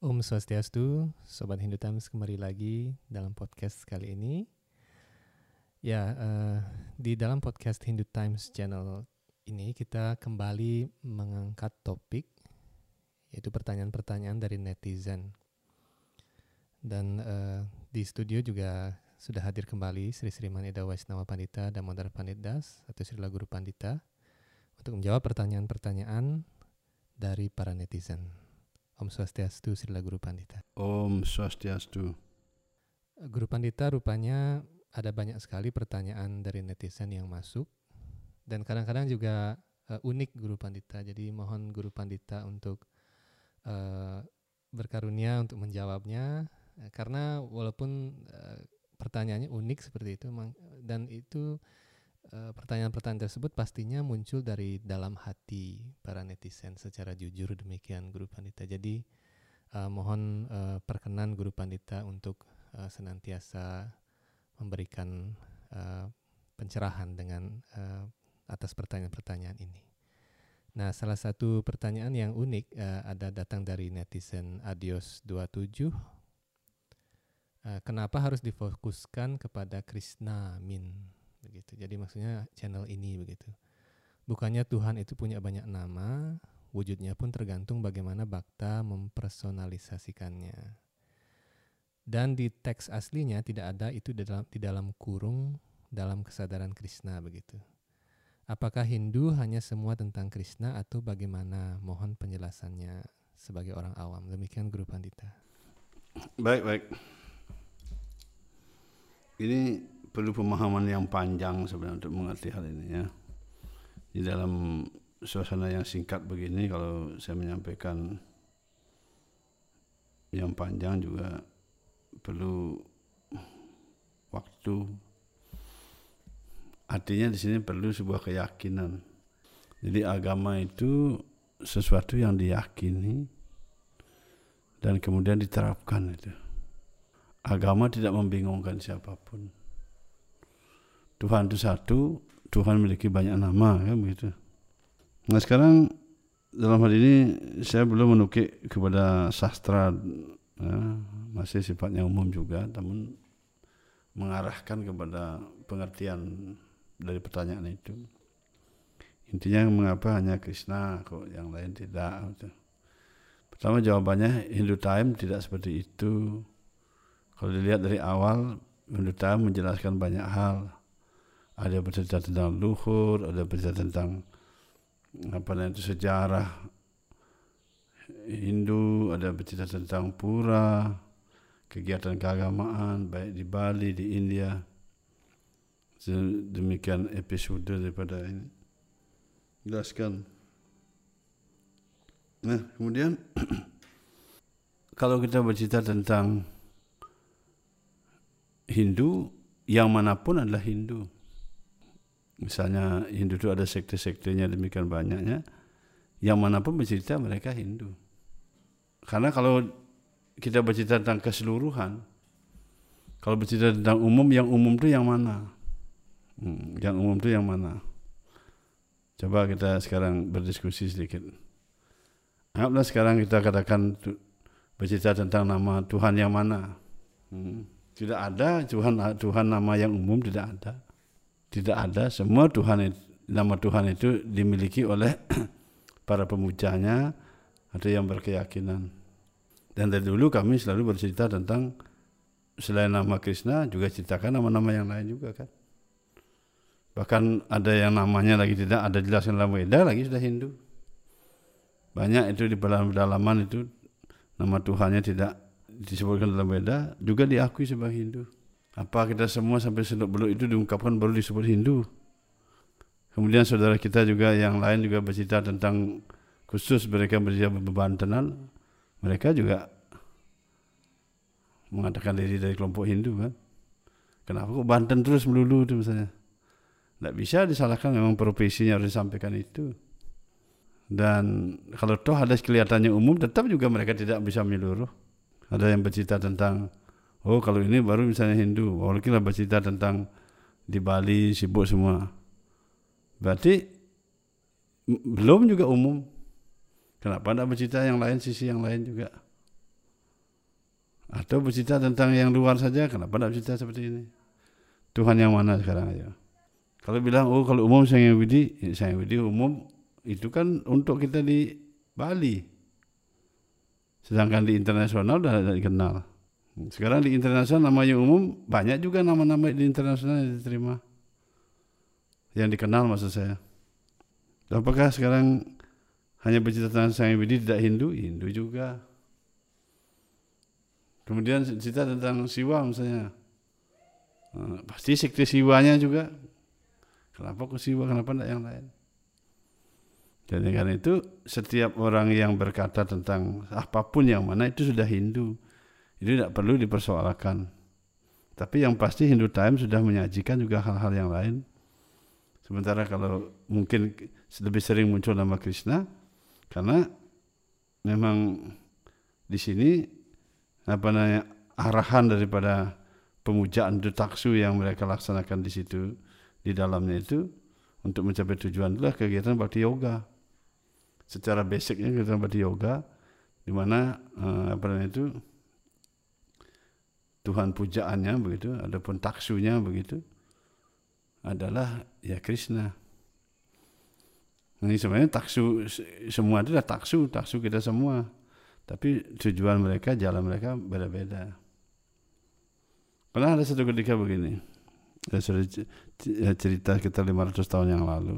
Om Swastiastu, Sobat Hindu Times kembali lagi dalam podcast kali ini. Ya, di dalam podcast Hindu Times channel ini kita kembali mengangkat topik, yaitu pertanyaan-pertanyaan dari netizen. Dan di studio juga sudah hadir kembali Sri Sriman Ida Waisnawa Pandita Damodar Panditdas atau Srila Guru Pandita untuk menjawab pertanyaan-pertanyaan dari para netizen. Om Swastiastu, Srila Guru Pandita. Om Swastiastu. Guru Pandita, rupanya ada banyak sekali pertanyaan dari netizen yang masuk dan kadang-kadang juga unik Guru Pandita. Jadi mohon Guru Pandita untuk berkarunia untuk menjawabnya, karena walaupun pertanyaannya unik seperti itu dan itu pertanyaan-pertanyaan tersebut pastinya muncul dari dalam hati para netizen secara jujur, demikian Guru Pandita. Jadi mohon perkenan Guru Pandita untuk senantiasa memberikan pencerahan dengan atas pertanyaan-pertanyaan ini. Nah, salah satu pertanyaan yang unik ada datang dari netizen Adios27. Kenapa harus difokuskan kepada Krishna Min? Begitu. Jadi maksudnya channel ini begitu. Bukannya Tuhan itu punya banyak nama, wujudnya pun tergantung bagaimana bhakta mempersonalisasikannya. Dan di teks aslinya tidak ada itu di dalam kurung dalam kesadaran Krishna begitu. Apakah Hindu hanya semua tentang Krishna atau bagaimana? Mohon penjelasannya sebagai orang awam. Demikian Guru Pandita. Baik. Ini perlu pemahaman yang panjang sebenarnya untuk mengerti hal ini ya. Di dalam suasana yang singkat begini, kalau saya menyampaikan yang panjang juga perlu waktu. Artinya di sini perlu sebuah keyakinan. Jadi agama itu sesuatu yang diyakini dan kemudian diterapkan itu. Agama tidak membingungkan siapapun. Tuhan itu satu, Tuhan memiliki banyak nama, kan begitu. Nah sekarang dalam hal ini saya belum menukik kepada sastra, ya, masih sifatnya umum juga, namun mengarahkan kepada pengertian dari pertanyaan itu. Intinya mengapa hanya Krishna, kok yang lain tidak? Gitu. Pertama jawabannya Hindu Time tidak seperti itu. Kalau dilihat dari awal, Hindu Time menjelaskan banyak hal. Ada bercerita tentang luhur, ada bercerita tentang sejarah Hindu, ada bercerita tentang pura, kegiatan keagamaan baik di Bali, di India. Demikian episode daripada ini. Jelaskan. Nah, kemudian kalau kita bercerita tentang Hindu, yang manapun adalah Hindu. Misalnya Hindu itu ada sekte-sektenya demikian banyaknya, yang manapun bercerita mereka Hindu. Karena kalau kita bercerita tentang keseluruhan, kalau bercerita tentang umum, yang umum itu yang mana? Yang umum itu yang mana? Coba kita sekarang berdiskusi sedikit. Anggaplah sekarang kita katakan bercerita tentang nama Tuhan yang mana? Tidak ada Tuhan nama yang umum, tidak ada. Tidak ada, semua nama Tuhan itu dimiliki oleh para pemujanya atau yang berkeyakinan. Dan dari dulu kami selalu bercerita tentang selain nama Krishna juga ceritakan nama-nama yang lain juga kan. Bahkan ada yang namanya lagi tidak ada jelaskan dalam Weda lagi sudah Hindu. Banyak itu di pedalaman itu nama Tuhannya tidak disebutkan dalam Weda juga diakui sebagai Hindu. Apa kita semua sampai seluk beluk itu diungkapkan baru disebut Hindu? Kemudian saudara kita juga yang lain juga bercerita tentang khusus mereka bercerita bebantenan, mereka juga mengatakan diri dari kelompok Hindu kan? Kenapa kok Banten terus melulu itu misalnya? Tidak bisa disalahkan, memang profesinya harus disampaikan itu. Dan kalau toh ada kelihatannya umum, tetap juga mereka tidak bisa menyeluruh. Ada yang bercerita tentang kalau ini baru misalnya Hindu, kalau kita bercerita tentang di Bali sibuk semua. Berarti belum juga umum. Kenapa tidak bercerita yang lain, sisi yang lain juga? Atau bercerita tentang yang luar saja, kenapa tidak bercerita seperti ini? Tuhan yang mana sekarang aja? Kalau bilang, oh kalau umum Sang Hyang Widi umum itu kan untuk kita di Bali. Sedangkan di internasional sudah dikenal. Sekarang di internasional nama yang umum banyak juga nama-nama di internasional yang diterima. Yang dikenal maksud saya. Apakah sekarang hanya bercerita tentang Sang Hyang Widi tidak Hindu? Hindu juga. Kemudian cerita tentang Siwa misalnya. Pasti sekte Siwanya juga. Kenapa kok Siwa, kenapa tidak yang lain? Jadi karena itu setiap orang yang berkata tentang apapun yang mana itu sudah Hindu. Itu tidak perlu dipersoalkan. Tapi yang pasti Hindu Times sudah menyajikan juga hal-hal yang lain. Sementara kalau mungkin lebih sering muncul nama Krishna, karena memang di sini arahan daripada pemujaan itu taksu yang mereka laksanakan di situ, di dalamnya itu untuk mencapai tujuan itulah kegiatan Bhakti Yoga. Secara basicnya kegiatan Bhakti Yoga, di mana itu Tuhan pujaannya begitu, adapun taksunya begitu adalah ya Krishna. Ini sebenarnya taksu semua itu adalah taksu kita semua. Tapi tujuan mereka, jalan mereka beda-beda. Pernah ada satu ketika begini, cerita kita 500 tahun yang lalu.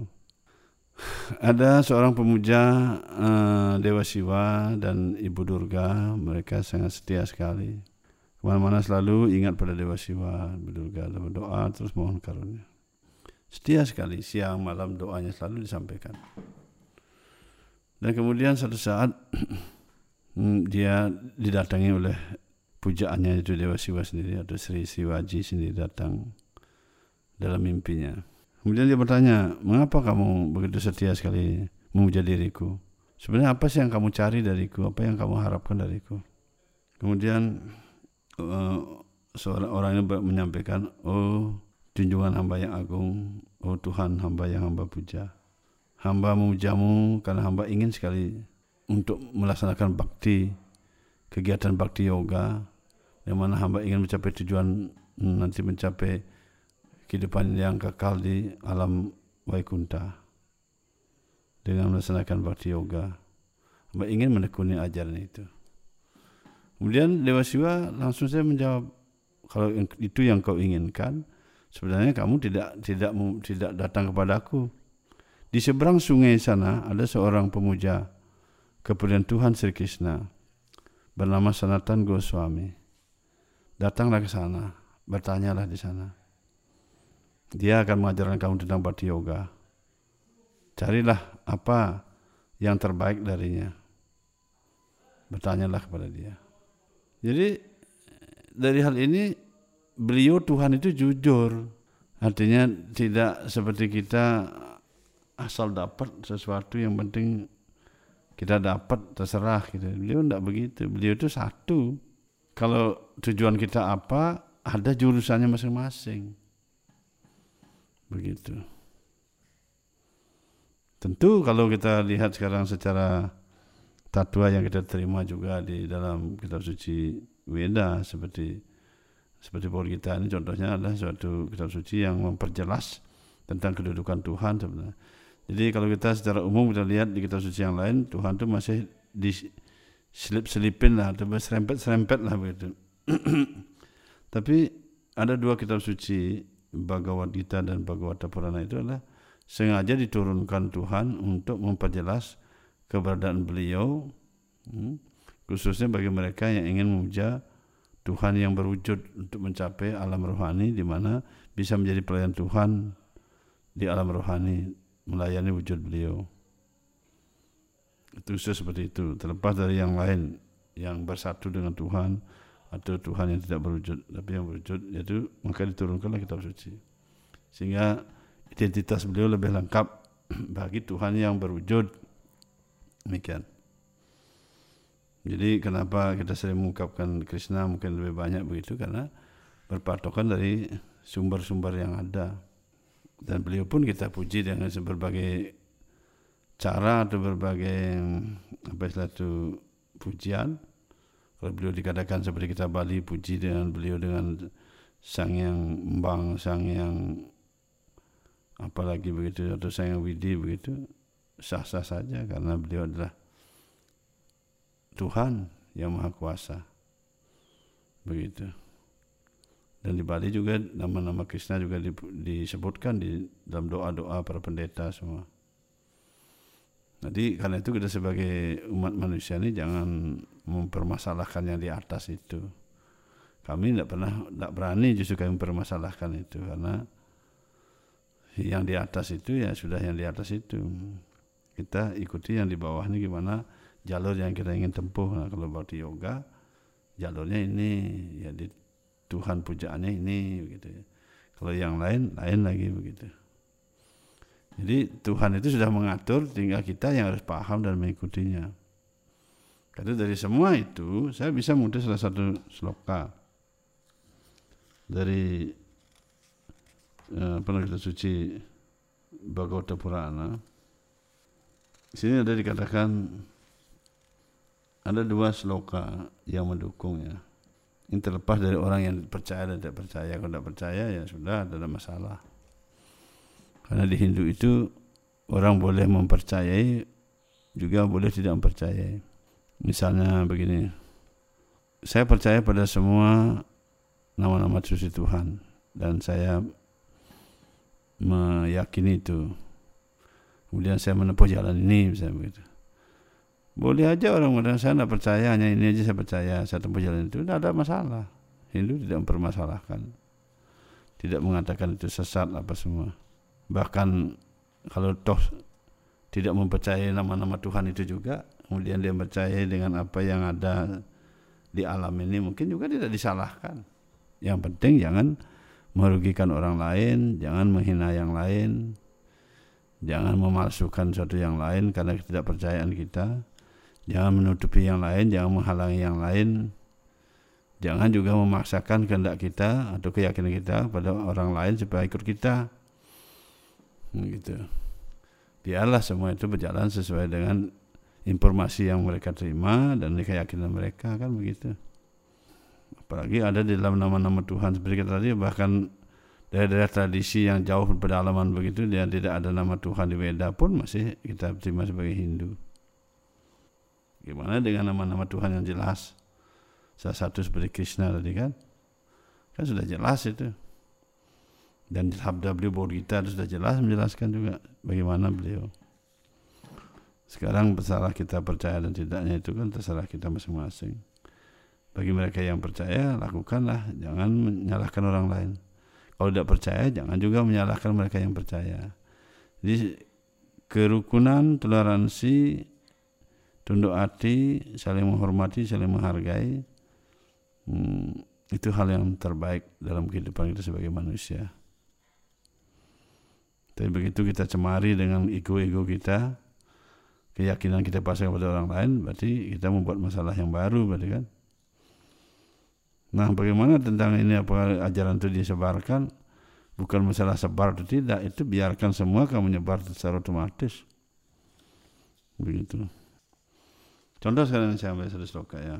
Ada seorang pemuja Dewa Siwa dan Ibu Durga, mereka sangat setia sekali. Kemana-mana selalu ingat pada Dewa Siwa, Ibu Durga, berdoa terus mohon karunia. Setia sekali, siang malam doanya selalu disampaikan. Dan kemudian satu saat dia didatangi oleh pujaannya itu Dewa Siwa sendiri atau Sri Siwaji sendiri datang dalam mimpinya. Kemudian dia bertanya, mengapa kamu begitu setia sekali memuja diriku? Sebenarnya apa sih yang kamu cari dariku? Apa yang kamu harapkan dariku? Kemudian seorang orang ini menyampaikan, oh junjungan hamba yang agung, oh Tuhan hamba yang hamba puja. Hamba memujamu karena hamba ingin sekali untuk melaksanakan bakti, kegiatan bakti yoga, yang mana hamba ingin mencapai tujuan nanti mencapai kehidupan yang kekal di alam Vaikunta dengan melaksanakan bakti yoga. Hamba ingin menekuni ajaran itu. Kemudian Dewa Siwa langsung saya menjawab, kalau itu yang kau inginkan, sebenarnya kamu tidak datang kepadaku. Di seberang sungai sana ada seorang pemuja kemudian Tuhan Sri Krishna bernama Sanatan Goswami. Datanglah ke sana, bertanyalah di sana. Dia akan mengajarkan kamu tentang Bhakti Yoga. Carilah apa yang terbaik darinya. Bertanyalah kepada dia. Jadi dari hal ini beliau Tuhan itu jujur. Artinya tidak seperti kita asal dapat sesuatu yang penting kita dapat terserah gitu. Beliau tidak begitu. Beliau itu satu. Kalau tujuan kita apa, ada jurusannya masing-masing. Begitu. Tentu kalau kita lihat sekarang secara tatwa yang kita terima juga di dalam kitab suci Weda seperti Paul kita ini contohnya adalah suatu kitab suci yang memperjelas tentang kedudukan Tuhan sebenarnya. Jadi kalau kita secara umum kita lihat di kitab suci yang lain, Tuhan itu masih diselip-selipin lah atau serempet-serempet lah begitu. Tapi ada dua kitab suci, Bhagavad Gita dan Bhagavata Purana itu adalah sengaja diturunkan Tuhan untuk memperjelas keberadaan beliau, khususnya bagi mereka yang ingin memuja Tuhan yang berwujud untuk mencapai alam rohani, di mana bisa menjadi pelayan Tuhan di alam rohani, melayani wujud beliau. Itu seperti itu, terlepas dari yang lain yang bersatu dengan Tuhan atau Tuhan yang tidak berwujud, tapi yang berwujud, yaitu maka diturunkanlah kitab suci, sehingga identitas beliau lebih lengkap bagi Tuhan yang berwujud. Demikian. Jadi kenapa kita sering mengungkapkan Krishna mungkin lebih banyak begitu, karena berpatokan dari sumber-sumber yang ada. Dan beliau pun kita puji dengan berbagai cara atau berbagai pujian Kalau beliau dikatakan seperti kita Bali puji dengan beliau dengan Sang Yang Embang, Sang Yang apalagi begitu, atau Sang Yang Widi begitu, sah-sah saja karena beliau adalah Tuhan yang Maha Kuasa. Begitu. Dan di Bali juga nama-nama Krishna juga disebutkan di dalam doa-doa para pendeta semua. Jadi karena itu kita sebagai umat manusia ini jangan mempermasalahkan yang di atas itu. Kami tidak berani justru kami mempermasalahkan itu, karena yang di atas itu ya sudah yang di atas itu. Kita ikuti yang di bawah ini gimana jalur yang kita ingin tempuh. Nah, kalau bhakti yoga jalurnya ini, ya di Tuhan pujaannya ini begitu ya. Kalau yang lain lagi begitu. Jadi Tuhan itu sudah mengatur, tinggal kita yang harus paham dan mengikutinya. Karena dari semua itu saya bisa mengutip salah satu sloka dari kitab suci Bhagavata Purana. Di sini ada dikatakan ada 2 sloka yang mendukungnya. Ini terlepas dari orang yang percaya dan tidak percaya. Kalau tidak percaya ya sudah, tidak ada masalah. Karena di Hindu itu orang boleh mempercayai juga boleh tidak mempercayai. Misalnya begini, saya percaya pada semua nama-nama suci Tuhan dan saya meyakini itu. Kemudian saya menempuh jalan ini misalnya begitu. Boleh aja orang mengatakan saya tidak percaya, hanya ini aja saya percaya, saya tempuh jalan itu, tidak ada masalah. Hindu tidak mempermasalahkan, tidak mengatakan itu sesat apa semua. Bahkan kalau toh tidak mempercayai nama-nama Tuhan itu juga, kemudian dia percaya dengan apa yang ada di alam ini, mungkin juga tidak disalahkan. Yang penting jangan merugikan orang lain, jangan menghina yang lain, jangan memalsukan sesuatu yang lain karena ketidakpercayaan kita, jangan menutupi yang lain, jangan menghalangi yang lain, jangan juga memaksakan kehendak kita atau keyakinan kita pada orang lain supaya ikut kita. Gitu. Biarlah semua itu berjalan sesuai dengan informasi yang mereka terima dan keyakinan mereka, kan begitu. Apalagi ada di dalam nama-nama Tuhan seperti kita tadi, bahkan daerah-daerah tradisi yang jauh pedalaman begitu, dia tidak ada nama Tuhan di Weda pun masih kita terima sebagai Hindu. Gimana dengan nama-nama Tuhan yang jelas? Salah satu seperti Krishna tadi kan sudah jelas itu. Dan sabda beliau Bhagavad Gita itu sudah jelas menjelaskan juga bagaimana beliau. Sekarang terserah kita percaya dan tidaknya itu kan terserah kita masing-masing. Bagi mereka yang percaya, lakukanlah, jangan menyalahkan orang lain. Kalau tidak percaya, jangan juga menyalahkan mereka yang percaya. Jadi kerukunan, toleransi, tunduk hati, saling menghormati, saling menghargai, itu hal yang terbaik dalam kehidupan kita sebagai manusia. Tapi begitu kita cemari dengan ego-ego kita, keyakinan kita pasang kepada orang lain, berarti kita membuat masalah yang baru, berarti kan. Nah, bagaimana tentang ini, apakah ajaran itu disebarkan? Bukan masalah sebar atau tidak, itu biarkan semua kamu menyebar secara otomatis. Begitu. Contoh sekarang saya ambil satu sloka ya.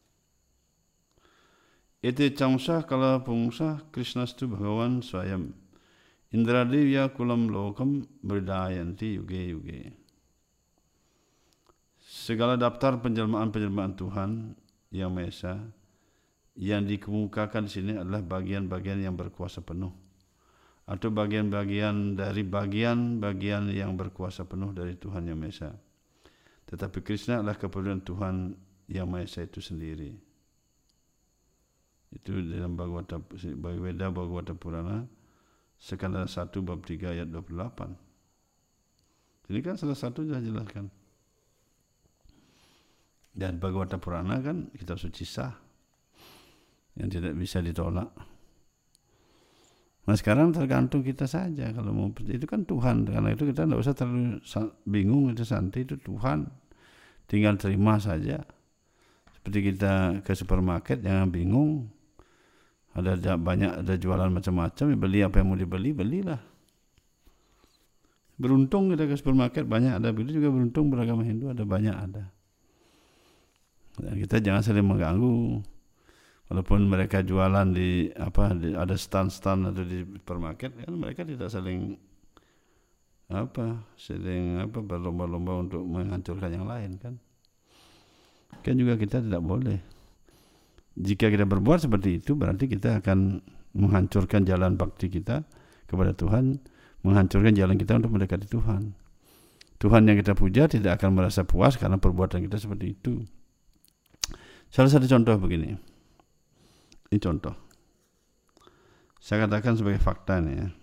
Iti camsah kala pungsah Krishnastu Bhagawan Swayam Indradivya kulam lokam berdayanti yuge yuge. Segala daftar penjelmaan-penjelmaan Tuhan yang Maha Esa yang dikemukakan di sini adalah bagian-bagian yang berkuasa penuh atau bagian-bagian dari bagian-bagian yang berkuasa penuh dari Tuhan yang Maha Esa. Tetapi Krishna adalah kepedulian Tuhan yang Maha Esa itu sendiri. Itu dalam Bhagavata Purana Skandal 1 bab 3 ayat 28. Ini kan salah satu sudah jelaskan. Dan Bhagavata Purana kan kitab suci sah yang tidak bisa ditolak. Nah sekarang tergantung kita saja kalau mau percaya, itu kan Tuhan. Karena itu kita tidak usah terlalu bingung, itu santai, itu Tuhan. Tinggal terima saja. Seperti kita ke supermarket jangan bingung. Ada banyak, ada jualan macam-macam, beli apa yang mau dibeli, belilah. Beruntung kita ke supermarket banyak ada, begitu juga beruntung beragama Hindu ada banyak ada. Dan kita jangan saling mengganggu. Walaupun mereka jualan di ada stand-stand atau di supermarket, kan mereka tidak saling berlomba-lomba untuk menghancurkan yang lain kan. Kan juga kita tidak boleh. Jika kita berbuat seperti itu, berarti kita akan menghancurkan jalan bakti kita kepada Tuhan, menghancurkan jalan kita untuk mendekati Tuhan. Tuhan yang kita puja tidak akan merasa puas karena perbuatan kita seperti itu. Salah satu contoh begini. Ini contoh. Saya katakan sebagai fakta nih ya.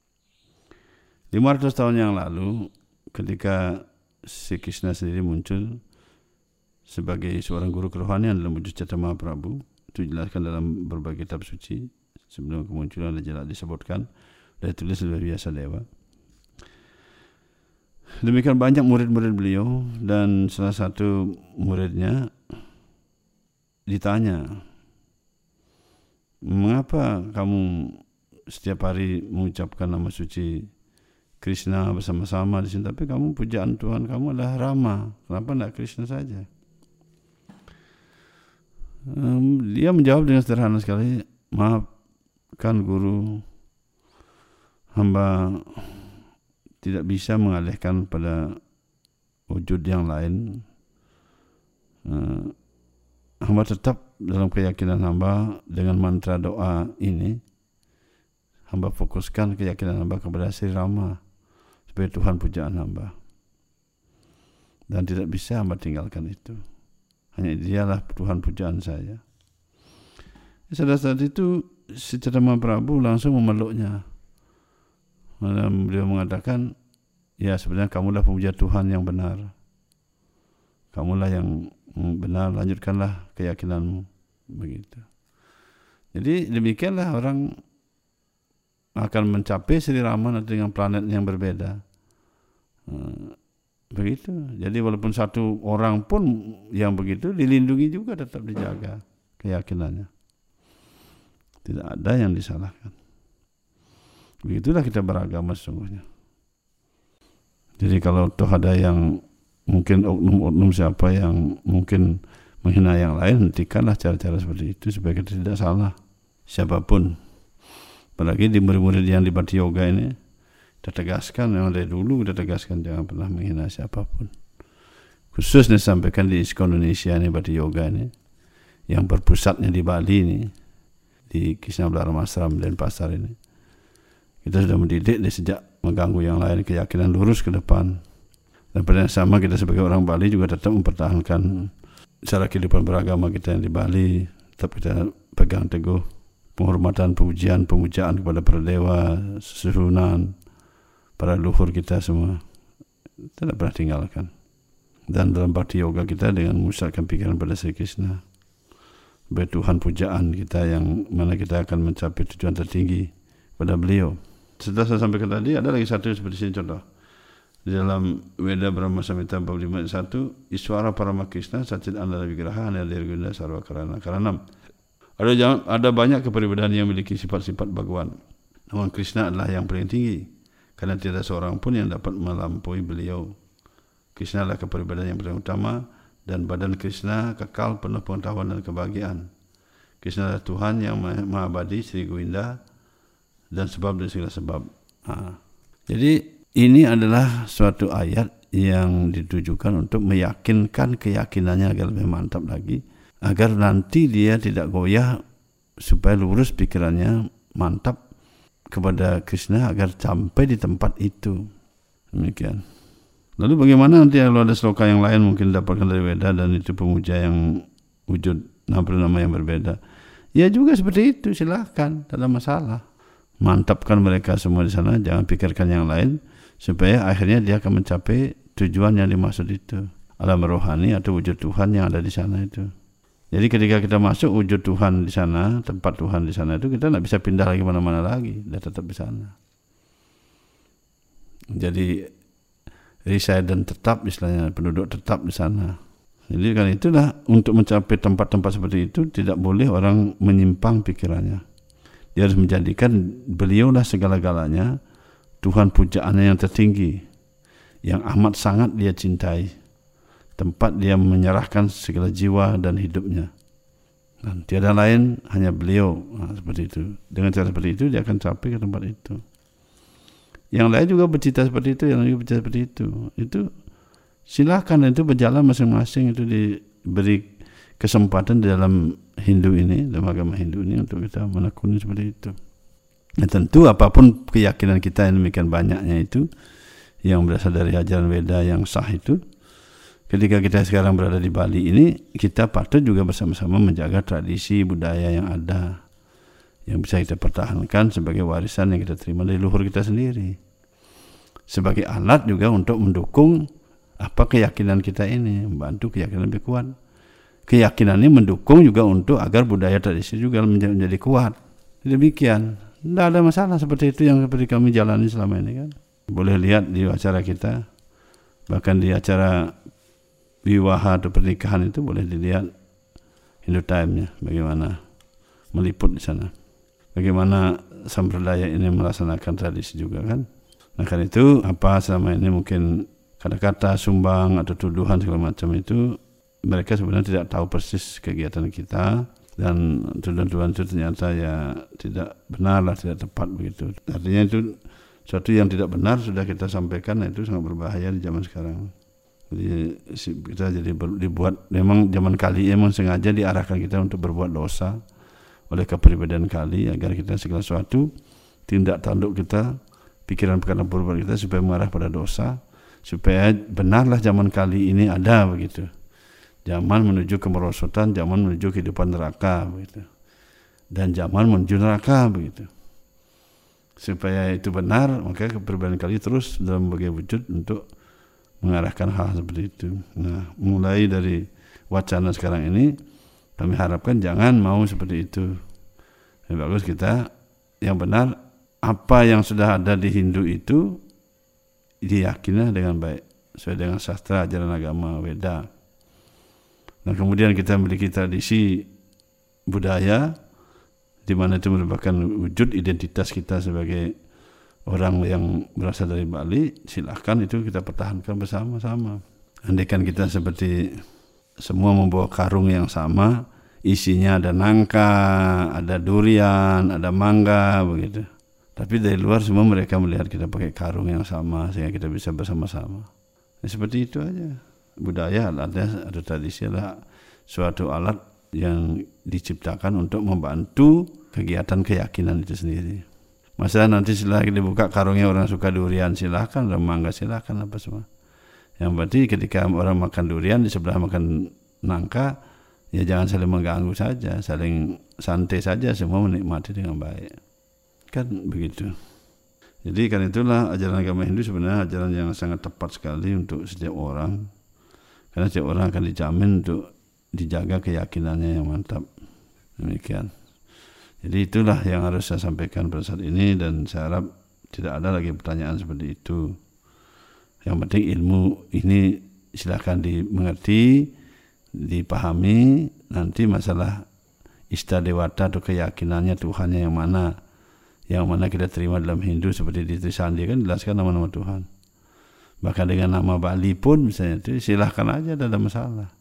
500 tahun yang lalu ketika Sri Krishna sendiri muncul sebagai seorang guru kerohanian dalam wujud Chaitanya Mahaprabhu, itu dijelaskan dalam berbagai kitab suci. Sebelum kemunculan jelas disebutkan dan ditulis oleh Vyasadeva. Demikian banyak murid-murid beliau, dan salah satu muridnya ditanya, mengapa kamu setiap hari mengucapkan nama suci Krishna bersama-sama di sini, tapi kamu pujaan Tuhan kamu adalah Rama, kenapa tidak Krishna saja? Dia menjawab dengan sederhana sekali, maaf kan guru, hamba tidak bisa mengalihkan pada wujud yang lain. Hamba tetap dalam keyakinan hamba dengan mantra doa ini. Hamba fokuskan keyakinan hamba kepada Sri Rama sebagai Tuhan pujaan hamba. Dan tidak bisa hamba tinggalkan itu. Hanya dialah Tuhan pujaan saya. Pada saat itu Sri Chaitanya Mahaprabhu langsung memeluknya. Beliau mengatakan, ya sebenarnya kamulah pemuja Tuhan yang benar. Kamulah yang benar, lanjutkanlah keyakinanmu. Begitu. Jadi demikianlah orang akan mencapai Sri Rama nanti dengan planet yang berbeda. Begitu. Jadi walaupun satu orang pun yang begitu dilindungi juga, tetap dijaga keyakinannya. Tidak ada yang disalahkan. Begitulah kita beragama sesungguhnya. Jadi kalau toh ada yang mungkin oknum-oknum siapa yang mungkin menghina yang lain, hentikanlah cara-cara seperti itu supaya kita tidak salah siapapun. Apalagi di murid-murid yang di Bhakti Yoga ini, kita tegaskan, memang dari dulu kita tegaskan jangan pernah menghina siapapun. Khususnya sampaikan di ISKCON Indonesia ini, Bhakti Yoga ini, yang berpusatnya di Bali ini, di Krishna Balarama Ashram dan Pasar ini. Kita sudah mendidik dia sejak mengganggu yang lain, keyakinan lurus ke depan. Dan pada yang sama kita sebagai orang Bali juga tetap mempertahankan cara kehidupan beragama kita yang di Bali. Tetap kita pegang teguh penghormatan, pujian, pemujaan kepada para dewa, susunan, para luhur kita semua. Tidak pernah tinggalkan. Dan dalam Bhakti Yoga kita dengan memusatkan pikiran pada Sri Krishna, sebagai Tuhan pujaan kita yang mana kita akan mencapai tujuan tertinggi pada beliau. Setelah saya sampaikan tadi, ada lagi satu seperti sini contoh. Di dalam Veda Brahma Samhita bab 5.1, Iswara Parama Krishna Sacit Andara Vigraha Anirguna Sarva Karana Karanam. Ada banyak kepribadian yang memiliki sifat-sifat Bhagawan. Namun Krishna adalah yang paling tinggi, karena tidak seorang pun yang dapat melampaui beliau. Krishna adalah kepribadian yang paling utama, dan badan Krishna kekal penuh pengetahuan dan kebahagiaan. Krishna adalah Tuhan yang Maha Abadi, Sri Govinda, dan sebab dari segala sebab. Jadi ini adalah suatu ayat yang ditujukan untuk meyakinkan keyakinannya agar lebih mantap lagi, agar nanti dia tidak goyah, supaya lurus pikirannya, mantap kepada Krishna agar sampai di tempat itu. Demikian. Lalu bagaimana nanti kalau ada sloka yang lain mungkin dapatkan dari Veda dan itu pemuja yang wujud nama yang berbeda? Ya juga seperti itu, silahkan, tidak ada masalah. Mantapkan mereka semua di sana, jangan pikirkan yang lain, supaya akhirnya dia akan mencapai tujuan yang dimaksud itu, alam rohani atau wujud Tuhan yang ada di sana itu. Jadi ketika kita masuk wujud Tuhan di sana, tempat Tuhan di sana itu, kita tidak bisa pindah lagi mana-mana lagi, dia tetap di sana. Jadi resident tetap, istilahnya penduduk tetap di sana. Jadi kan itulah, untuk mencapai tempat-tempat seperti itu tidak boleh orang menyimpang pikirannya. Dia harus menjadikan beliaulah segala-galanya, Tuhan pujaannya yang tertinggi, yang amat sangat dia cintai. tempat dia menyerahkan segala jiwa dan hidupnya. Dan tiada lain hanya beliau. Seperti itu. Dengan cara seperti itu dia akan sampai ke tempat itu. Yang lain juga bercita seperti itu, yang lain juga bercita seperti itu. Itu silakan, itu berjalan masing-masing, itu diberi kesempatan di dalam Hindu ini, dalam agama Hindu ini untuk kita menekuni seperti itu. Dan tentu apapun keyakinan kita yang demikian banyaknya itu, yang berasal dari ajaran Weda yang sah itu, ketika kita sekarang berada di Bali ini, kita patut juga bersama-sama menjaga tradisi budaya yang ada, yang bisa kita pertahankan sebagai warisan yang kita terima dari leluhur kita sendiri, sebagai alat juga untuk mendukung apa keyakinan kita ini, membantu keyakinan lebih kuat. Keyakinan ini mendukung juga untuk agar budaya tradisi juga menjadi kuat. Demikian, tidak ada masalah seperti itu yang seperti kami jalani selama ini kan. Boleh lihat di acara kita, bahkan di acara wiwaha atau pernikahan itu boleh dilihat Hindu Time-nya, bagaimana meliput di sana, bagaimana sampradaya ini melaksanakan tradisi juga kan. Nah karena itu apa selama ini mungkin kata-kata sumbang atau tuduhan segala macam itu, mereka sebenarnya tidak tahu persis kegiatan kita, dan tuduhan-tuduhan itu ternyata ya tidak benar lah, tidak tepat begitu. Artinya itu suatu yang tidak benar sudah kita sampaikan, nah itu sangat berbahaya di zaman sekarang. Jadi kita jadi dibuat, memang zaman kali memang sengaja diarahkan kita untuk berbuat dosa oleh kepribadian kali, agar kita segala sesuatu tindak tanduk kita, pikiran-pikiran buruk kita supaya mengarah pada dosa, supaya benarlah zaman kali ini ada begitu. Zaman menuju kemerosotan, zaman menuju kehidupan neraka begitu. Dan zaman menuju neraka begitu. Supaya itu benar, maka kepribadian kali terus dalam berbagai wujud untuk mengarahkan hal seperti itu. Nah, mulai dari wacana sekarang ini, kami harapkan jangan mau seperti itu. Yang bagus kita, yang benar, apa yang sudah ada di Hindu itu diyakini dengan baik, sesuai dengan sastra ajaran agama Weda. Nah, kemudian kita memiliki tradisi budaya, di mana itu merupakan wujud identitas kita sebagai orang yang berasal dari Bali. Silahkan itu kita pertahankan bersama-sama. Andaikan kita seperti semua membawa karung yang sama, isinya ada nangka, ada durian, ada mangga begitu. Tapi dari luar semua mereka melihat kita pakai karung yang sama, sehingga kita bisa bersama-sama. Seperti itu aja. Budaya alatnya atau tradisi adalah suatu alat yang diciptakan untuk membantu kegiatan keyakinan itu sendiri. Masa nanti setelah dibuka karungnya orang suka durian silahkan, orang mangga silahkan, apa semua. Yang berarti ketika orang makan durian di sebelah makan nangka, ya jangan saling mengganggu saja, saling santai saja, semua menikmati dengan baik. Kan begitu. Jadi kan itulah ajaran agama Hindu sebenarnya ajaran yang sangat tepat sekali untuk setiap orang. Karena setiap orang akan dijamin untuk dijaga keyakinannya yang mantap. Demikian. Jadi itulah yang harus saya sampaikan pada saat ini, dan saya harap tidak ada lagi pertanyaan seperti itu. Yang penting ilmu ini silakan dimengerti, dipahami. Nanti masalah Istadewata atau keyakinannya Tuhannya yang mana kita terima dalam Hindu seperti di Trisandi kan jelaskan nama-nama Tuhan. Bahkan dengan nama Bali pun misalnya itu silahkan aja, tidak ada masalah.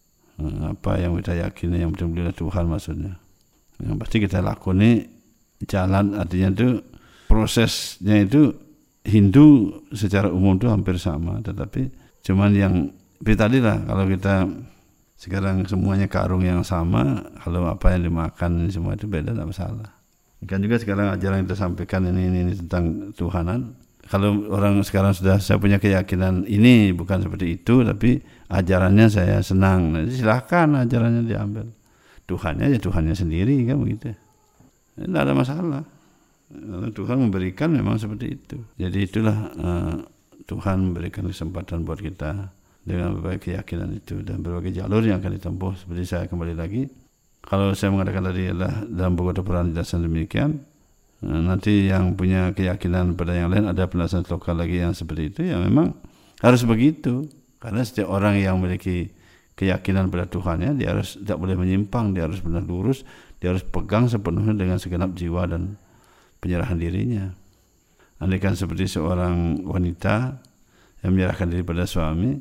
Apa yang kita yakini yang benar-benar Tuhan maksudnya. Yang pasti kita lakoni jalan, artinya itu prosesnya itu Hindu secara umum itu hampir sama, tetapi cuman yang tadi lah, kalau kita sekarang semuanya karung yang sama, kalau apa yang dimakan semua itu beda, tidak masalah. Kan juga sekarang ajaran yang kita sampaikan ini tentang Tuhanan. Kalau orang sekarang sudah saya punya keyakinan ini bukan seperti itu, tapi ajarannya saya senang, nah, silahkan ajarannya diambil. Tuhannya ya Tuhannya sendiri kan begitu. Tidak ada masalah. Karena Tuhan memberikan memang seperti itu. Jadi itulah Tuhan memberikan kesempatan buat kita dengan berbagai keyakinan itu dan berbagai jalur yang akan ditempuh. Seperti saya kembali lagi, kalau saya mengatakan tadi adalah dalam buku Puran jelasan demikian. Nanti yang punya keyakinan pada yang lain ada penjelasan lokal lagi yang seperti itu, ya memang harus begitu. Karena setiap orang yang memiliki keyakinan pada Tuhannya, dia harus tidak boleh menyimpang, dia harus benar lurus, dia harus pegang sepenuhnya dengan segenap jiwa dan penyerahan dirinya. Andaikan seperti seorang wanita yang menyerahkan diri pada suami,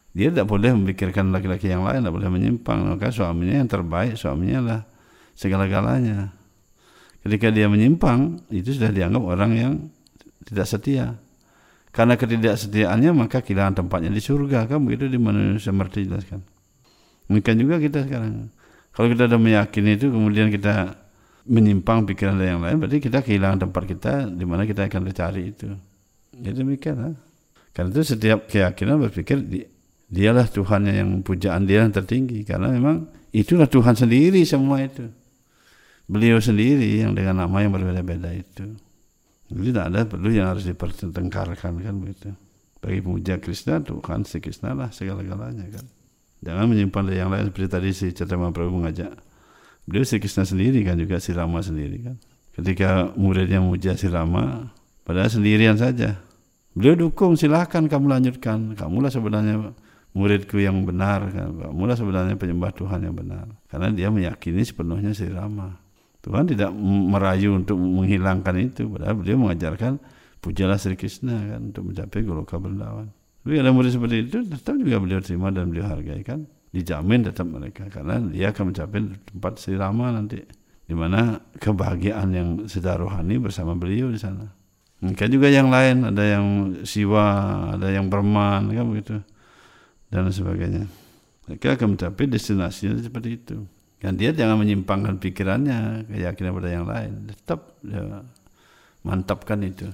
Dia tidak boleh memikirkan laki-laki yang lain, tidak boleh menyimpang. Maka suaminya yang terbaik, suaminya lah segala-galanya. Ketika dia menyimpang, itu sudah dianggap orang yang tidak setia. Karena ketidaksetiaannya maka kehilangan tempatnya di surga, kan begitu di Manusia Merti jelaskan. Mungkin juga kita sekarang, kalau kita sudah meyakini itu, kemudian kita menyimpang pikiran dan yang lain, berarti kita kehilangan tempat kita di mana kita akan dicari itu. Jadi demikian. Karena itu setiap keyakinan berpikir dialah Tuhannya, yang pujaan dia yang tertinggi, karena memang itulah Tuhan sendiri semua itu. Beliau sendiri yang dengan nama yang berbeda-beda itu. Jadi tidak ada perlu yang harus dipertengkarkan, kan begitu. Bagi pemuja Krishna, Tuhan Sri Krishna lah segala-galanya, kan. Jangan menyimpang dari yang lain, seperti tadi si Caitanya Mahaprabhu mengajak. Beliau Sri Krishna sendiri kan, juga si Rama sendiri kan. Ketika muridnya memuja si Rama, padahal sendirian saja, beliau dukung, silahkan kamu lanjutkan. Kamulah sebenarnya muridku yang benar, kan. Kamulah sebenarnya penyembah Tuhan yang benar. Karena dia meyakini sepenuhnya si Rama. Tuhan tidak merayu untuk menghilangkan itu, padahal beliau mengajarkan pujalah Sri Krishna, kan, untuk mencapai Goloka Vrindavan. Tapi ada murid seperti itu, tetap juga beliau terima dan beliau hargai, kan. Dijamin tetap mereka, karena dia akan mencapai tempat Sri Rama nanti, di mana kebahagiaan yang secara rohani bersama beliau di sana. Mungkin juga yang lain, ada yang Siwa, ada yang Brahman, kan begitu, dan sebagainya. Mereka akan mencapai destinasinya seperti itu. Dan dia jangan menyimpangkan pikirannya, keyakinan pada yang lain. Tetap ya, mantapkan itu.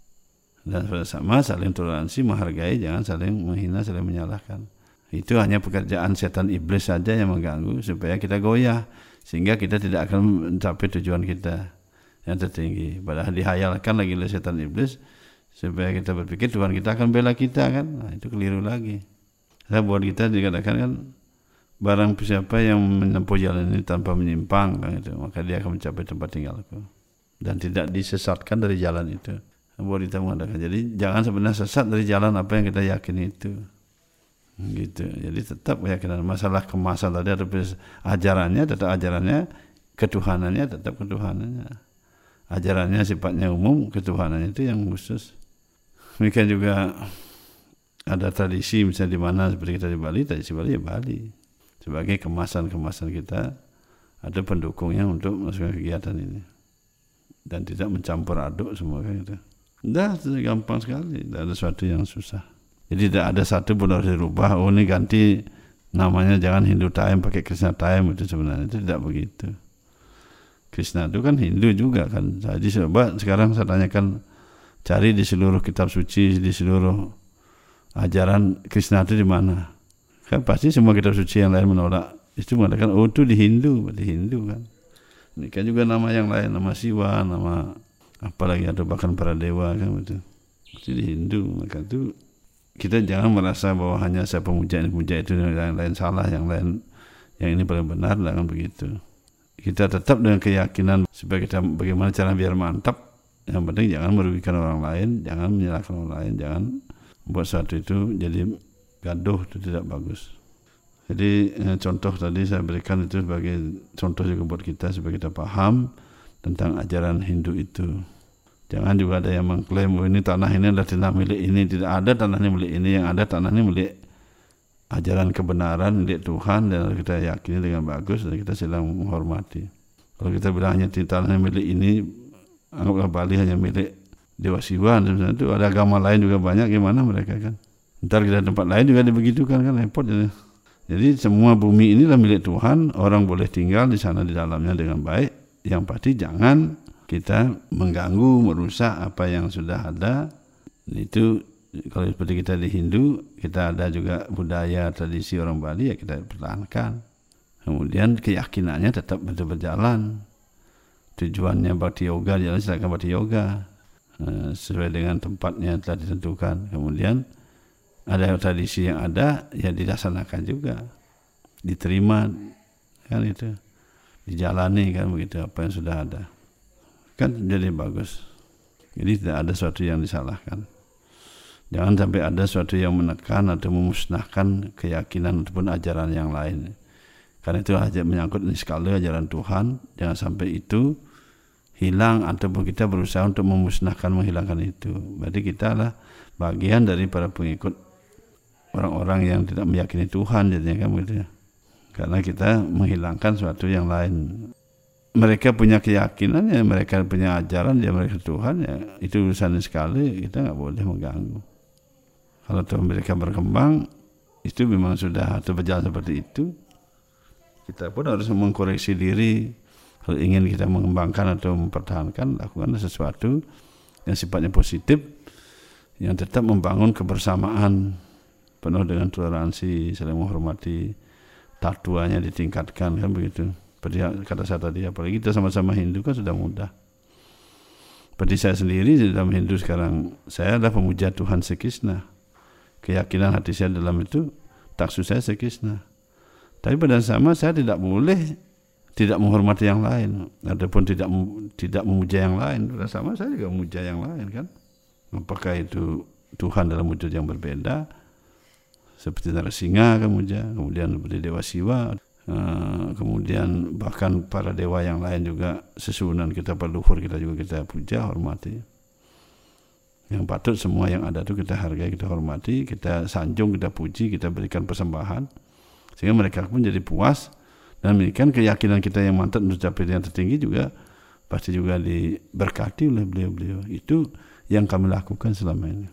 Dan sama saling toleransi, menghargai, jangan saling menghina, saling menyalahkan. Itu hanya pekerjaan setan iblis saja yang mengganggu supaya kita goyah, sehingga kita tidak akan mencapai tujuan kita yang tertinggi. Padahal dihayalkan lagi oleh setan iblis supaya kita berpikir Tuhan kita akan bela kita, kan. Nah, itu keliru lagi. Nah, buat kita dikatakan kan, barang siapa yang menempuh jalan ini tanpa menyimpang, kan, itu, maka dia akan mencapai tempat tinggalku dan tidak disesatkan dari jalan itu. Buat kita mengatakan, jadi jangan sebenarnya sesat dari jalan apa yang kita yakini itu. Gitu. Jadi tetap keyakinan, masalah kemasan tadi ada ajarannya, tetap ajarannya, ketuhanannya tetap ketuhanannya. Ajarannya sifatnya umum, ketuhanannya itu yang khusus. Demikian juga ada tradisi misalnya di mana seperti kita di Bali, tradisi Bali ya Bali. Sebagai kemasan-kemasan kita, ada pendukungnya untuk melakukan kegiatan ini. Dan tidak mencampur aduk semua, kan itu. Dah, gampang sekali, tidak ada sesuatu yang susah. Jadi tidak ada satu pun harus dirubah. Oh, ini ganti namanya, jangan Hindu Time pakai Krishna Time, itu sebenarnya itu tidak begitu. Krishna itu kan Hindu juga, kan. Jadi coba sekarang saya tanyakan, cari di seluruh kitab suci, di seluruh ajaran Krishna itu di mana? Kan pasti semua kitab suci yang lain menolak. Itu mengatakan, oh itu di Hindu kan. Ini kan juga nama yang lain, nama Siwa, nama apalagi, atau bahkan para dewa, kan betul. Itu di Hindu. Maka itu kita jangan merasa bahwa hanya saya pemuja itu, yang lain salah, yang lain yang ini paling benar, jangan begitu. Kita tetap dengan keyakinan supaya kita bagaimana cara biar mantap. Yang penting jangan merugikan orang lain, jangan menyalahkan orang lain, jangan buat sesuatu itu jadi gaduh, itu tidak bagus. Jadi contoh tadi saya berikan itu sebagai contoh juga buat kita supaya kita paham tentang ajaran Hindu itu. Jangan juga ada yang mengklaim, oh ini tanah ini adalah tanah milik ini. Tidak ada tanahnya milik ini, yang ada tanahnya milik ajaran kebenaran, milik Tuhan, dan kita yakini dengan bagus dan kita sedang menghormati. Kalau kita bilang hanya tanahnya milik ini, anggaplah Bali hanya milik Dewa Siwa, dan itu ada agama lain juga banyak, gimana mereka, kan. Ntar kita tempat lain juga dibegitukan, kan, repot. Jadi semua bumi inilah milik Tuhan, orang boleh tinggal di sana di dalamnya dengan baik. Yang pasti jangan kita mengganggu, merusak apa yang sudah ada. Itu kalau seperti kita di Hindu, kita ada juga budaya tradisi orang Bali, ya kita pertahankan. Kemudian keyakinannya tetap berjalan. Tujuannya Bhakti Yoga, jalan silakan Bhakti Yoga sesuai dengan tempatnya telah ditentukan. Kemudian ada tradisi yang ada, ya dilaksanakan juga, diterima, kan itu, dijalani, kan begitu apa yang sudah ada, kan jadi bagus. Jadi tidak ada sesuatu yang disalahkan. Jangan sampai ada sesuatu yang menekan atau memusnahkan keyakinan ataupun ajaran yang lain. Karena itu aja menyangkut ini sekali ajaran Tuhan, jangan sampai itu hilang ataupun kita berusaha untuk memusnahkan, menghilangkan itu. Berarti kita lah bagian dari para pengikut orang-orang yang tidak meyakini Tuhan jadinya kan begitu ya. Karena kita menghilangkan sesuatu yang lain. Mereka punya keyakinan ya, mereka punya ajaran ya, mereka Tuhan ya, itu urusan sekali, kita nggak boleh mengganggu. Kalau Tuhan mereka berkembang, itu memang sudah berjalan seperti itu. Kita pun harus mengkoreksi diri. Kalau ingin kita mengembangkan atau mempertahankan, lakukan sesuatu yang sifatnya positif, yang tetap membangun kebersamaan penuh dengan toleransi, saling menghormati, tatuanya ditingkatkan kan begitu. Seperti kata saya tadi, apalagi kita sama-sama Hindu kan sudah mudah. Seperti saya sendiri dalam Hindu sekarang, saya adalah pemuja Tuhan Sri Krishna. Keyakinan hati saya dalam itu, taksu saya Sri Krishna. Tapi pada sama saya tidak boleh tidak menghormati yang lain, ataupun tidak memuja yang lain. Pada sama saya juga memuja yang lain kan. Apakah itu Tuhan dalam wujud yang berbeda, seperti Narasingha kan muja, kemudian seperti Dewa Siwa, kemudian bahkan para dewa yang lain juga, sesunan kita, leluhur kita juga kita puja, hormati. Yang patut semua yang ada itu kita hargai, kita hormati, kita sanjung, kita puji, kita berikan persembahan, sehingga mereka pun jadi puas. Dan demikian keyakinan kita yang mantap mencapai yang tertinggi juga pasti juga diberkati oleh beliau-beliau. Itu yang kami lakukan selama ini.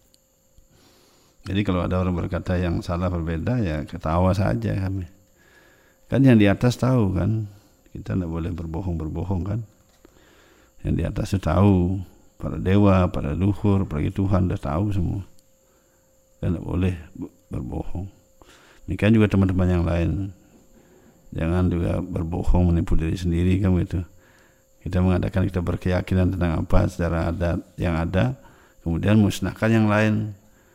Jadi kalau ada orang berkata yang salah berbeda, ya ketawa saja kami. Kan yang di atas tahu kan, kita tidak boleh berbohong kan. Yang di atas itu tahu, para dewa, para leluhur, apalagi Tuhan sudah tahu semua. Dan tidak boleh berbohong. Demikian juga teman-teman yang lain. Jangan juga berbohong, menipu diri sendiri kan begitu. Kita mengadakan, kita berkeyakinan tentang apa secara adat yang ada, kemudian musnahkan yang lain.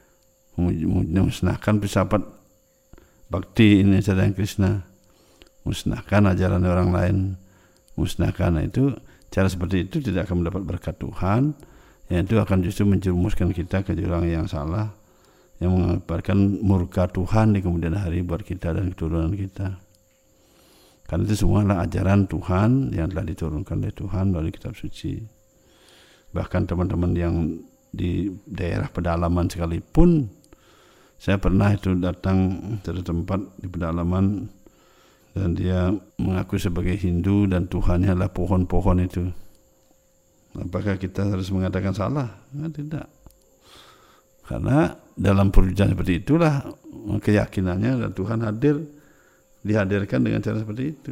Musnahkan filsafat bakti ini sedang Krishna, musnahkan ajaran orang lain, musnahkan. Itu cara seperti itu tidak akan mendapat berkat Tuhan, yang itu akan justru menjerumuskan kita ke jurang yang salah, yang mengakibatkan murka Tuhan di kemudian hari buat kita dan keturunan kita. Karena itu semua adalah ajaran Tuhan yang telah diturunkan oleh Tuhan melalui kitab suci. Bahkan teman-teman yang di daerah pedalaman sekalipun, saya pernah itu datang ke tempat di pedalaman dan dia mengaku sebagai Hindu dan Tuhannya adalah pohon-pohon itu. Apakah kita harus mengatakan salah? Nah, tidak. Karena dalam perwujudan seperti itulah keyakinannya dan Tuhan dihadirkan dengan cara seperti itu.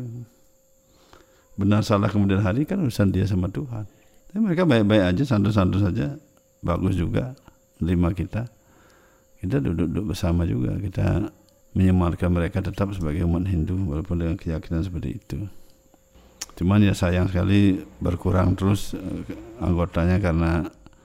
Benar salah kemudian hari kan urusan dia sama Tuhan. Tapi mereka baik-baik aja, santai-santai saja, bagus juga menerima kita. Kita duduk bersama juga, kita menyemarkan mereka tetap sebagai umat Hindu walaupun dengan keyakinan seperti itu. Cuman ya sayang sekali berkurang terus anggotanya karena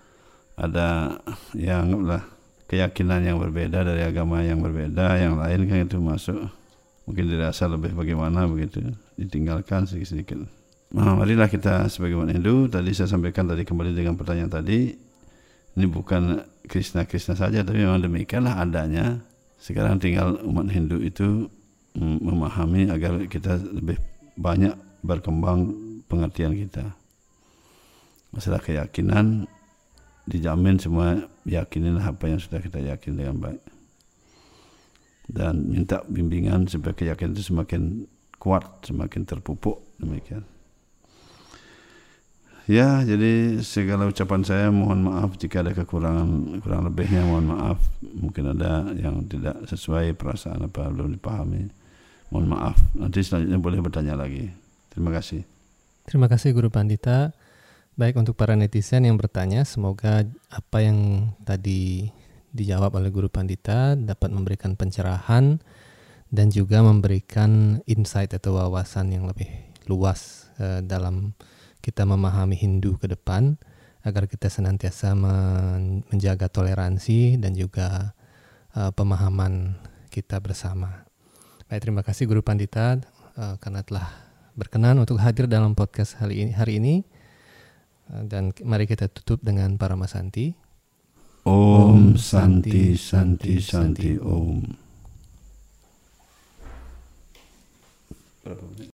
ada yang keyakinan yang berbeda dari agama yang berbeda, yang lain kan itu masuk. Mungkin dirasa lebih bagaimana begitu, ditinggalkan sedikit-sedikit. Nah, marilah kita sebagai umat Hindu, tadi saya sampaikan tadi kembali dengan pertanyaan tadi, ini bukan Krishna saja, tapi memang demikianlah adanya. Sekarang tinggal umat Hindu itu memahami agar kita lebih banyak berkembang pengertian kita. Masalah keyakinan dijamin semua yakinilah apa yang sudah kita yakin dengan baik. Dan minta bimbingan supaya keyakinan itu semakin kuat, semakin terpupuk, demikian. Ya, jadi segala ucapan saya mohon maaf jika ada kekurangan, kurang lebihnya mohon maaf. Mungkin ada yang tidak sesuai perasaan apa belum dipahami. Mohon maaf. Nanti selanjutnya boleh bertanya lagi. Terima kasih. Terima kasih Guru Pandita. Baik, untuk para netizen yang bertanya, semoga apa yang tadi dijawab oleh Guru Pandita dapat memberikan pencerahan dan juga memberikan insight atau wawasan yang lebih luas dalam kita memahami Hindu ke depan, agar kita senantiasa menjaga toleransi dan juga pemahaman kita bersama. Baik, terima kasih Guru Pandita karena telah berkenan untuk hadir dalam podcast hari ini. Dan mari kita tutup dengan Paramasanti. Om Santi Santi Santi Om.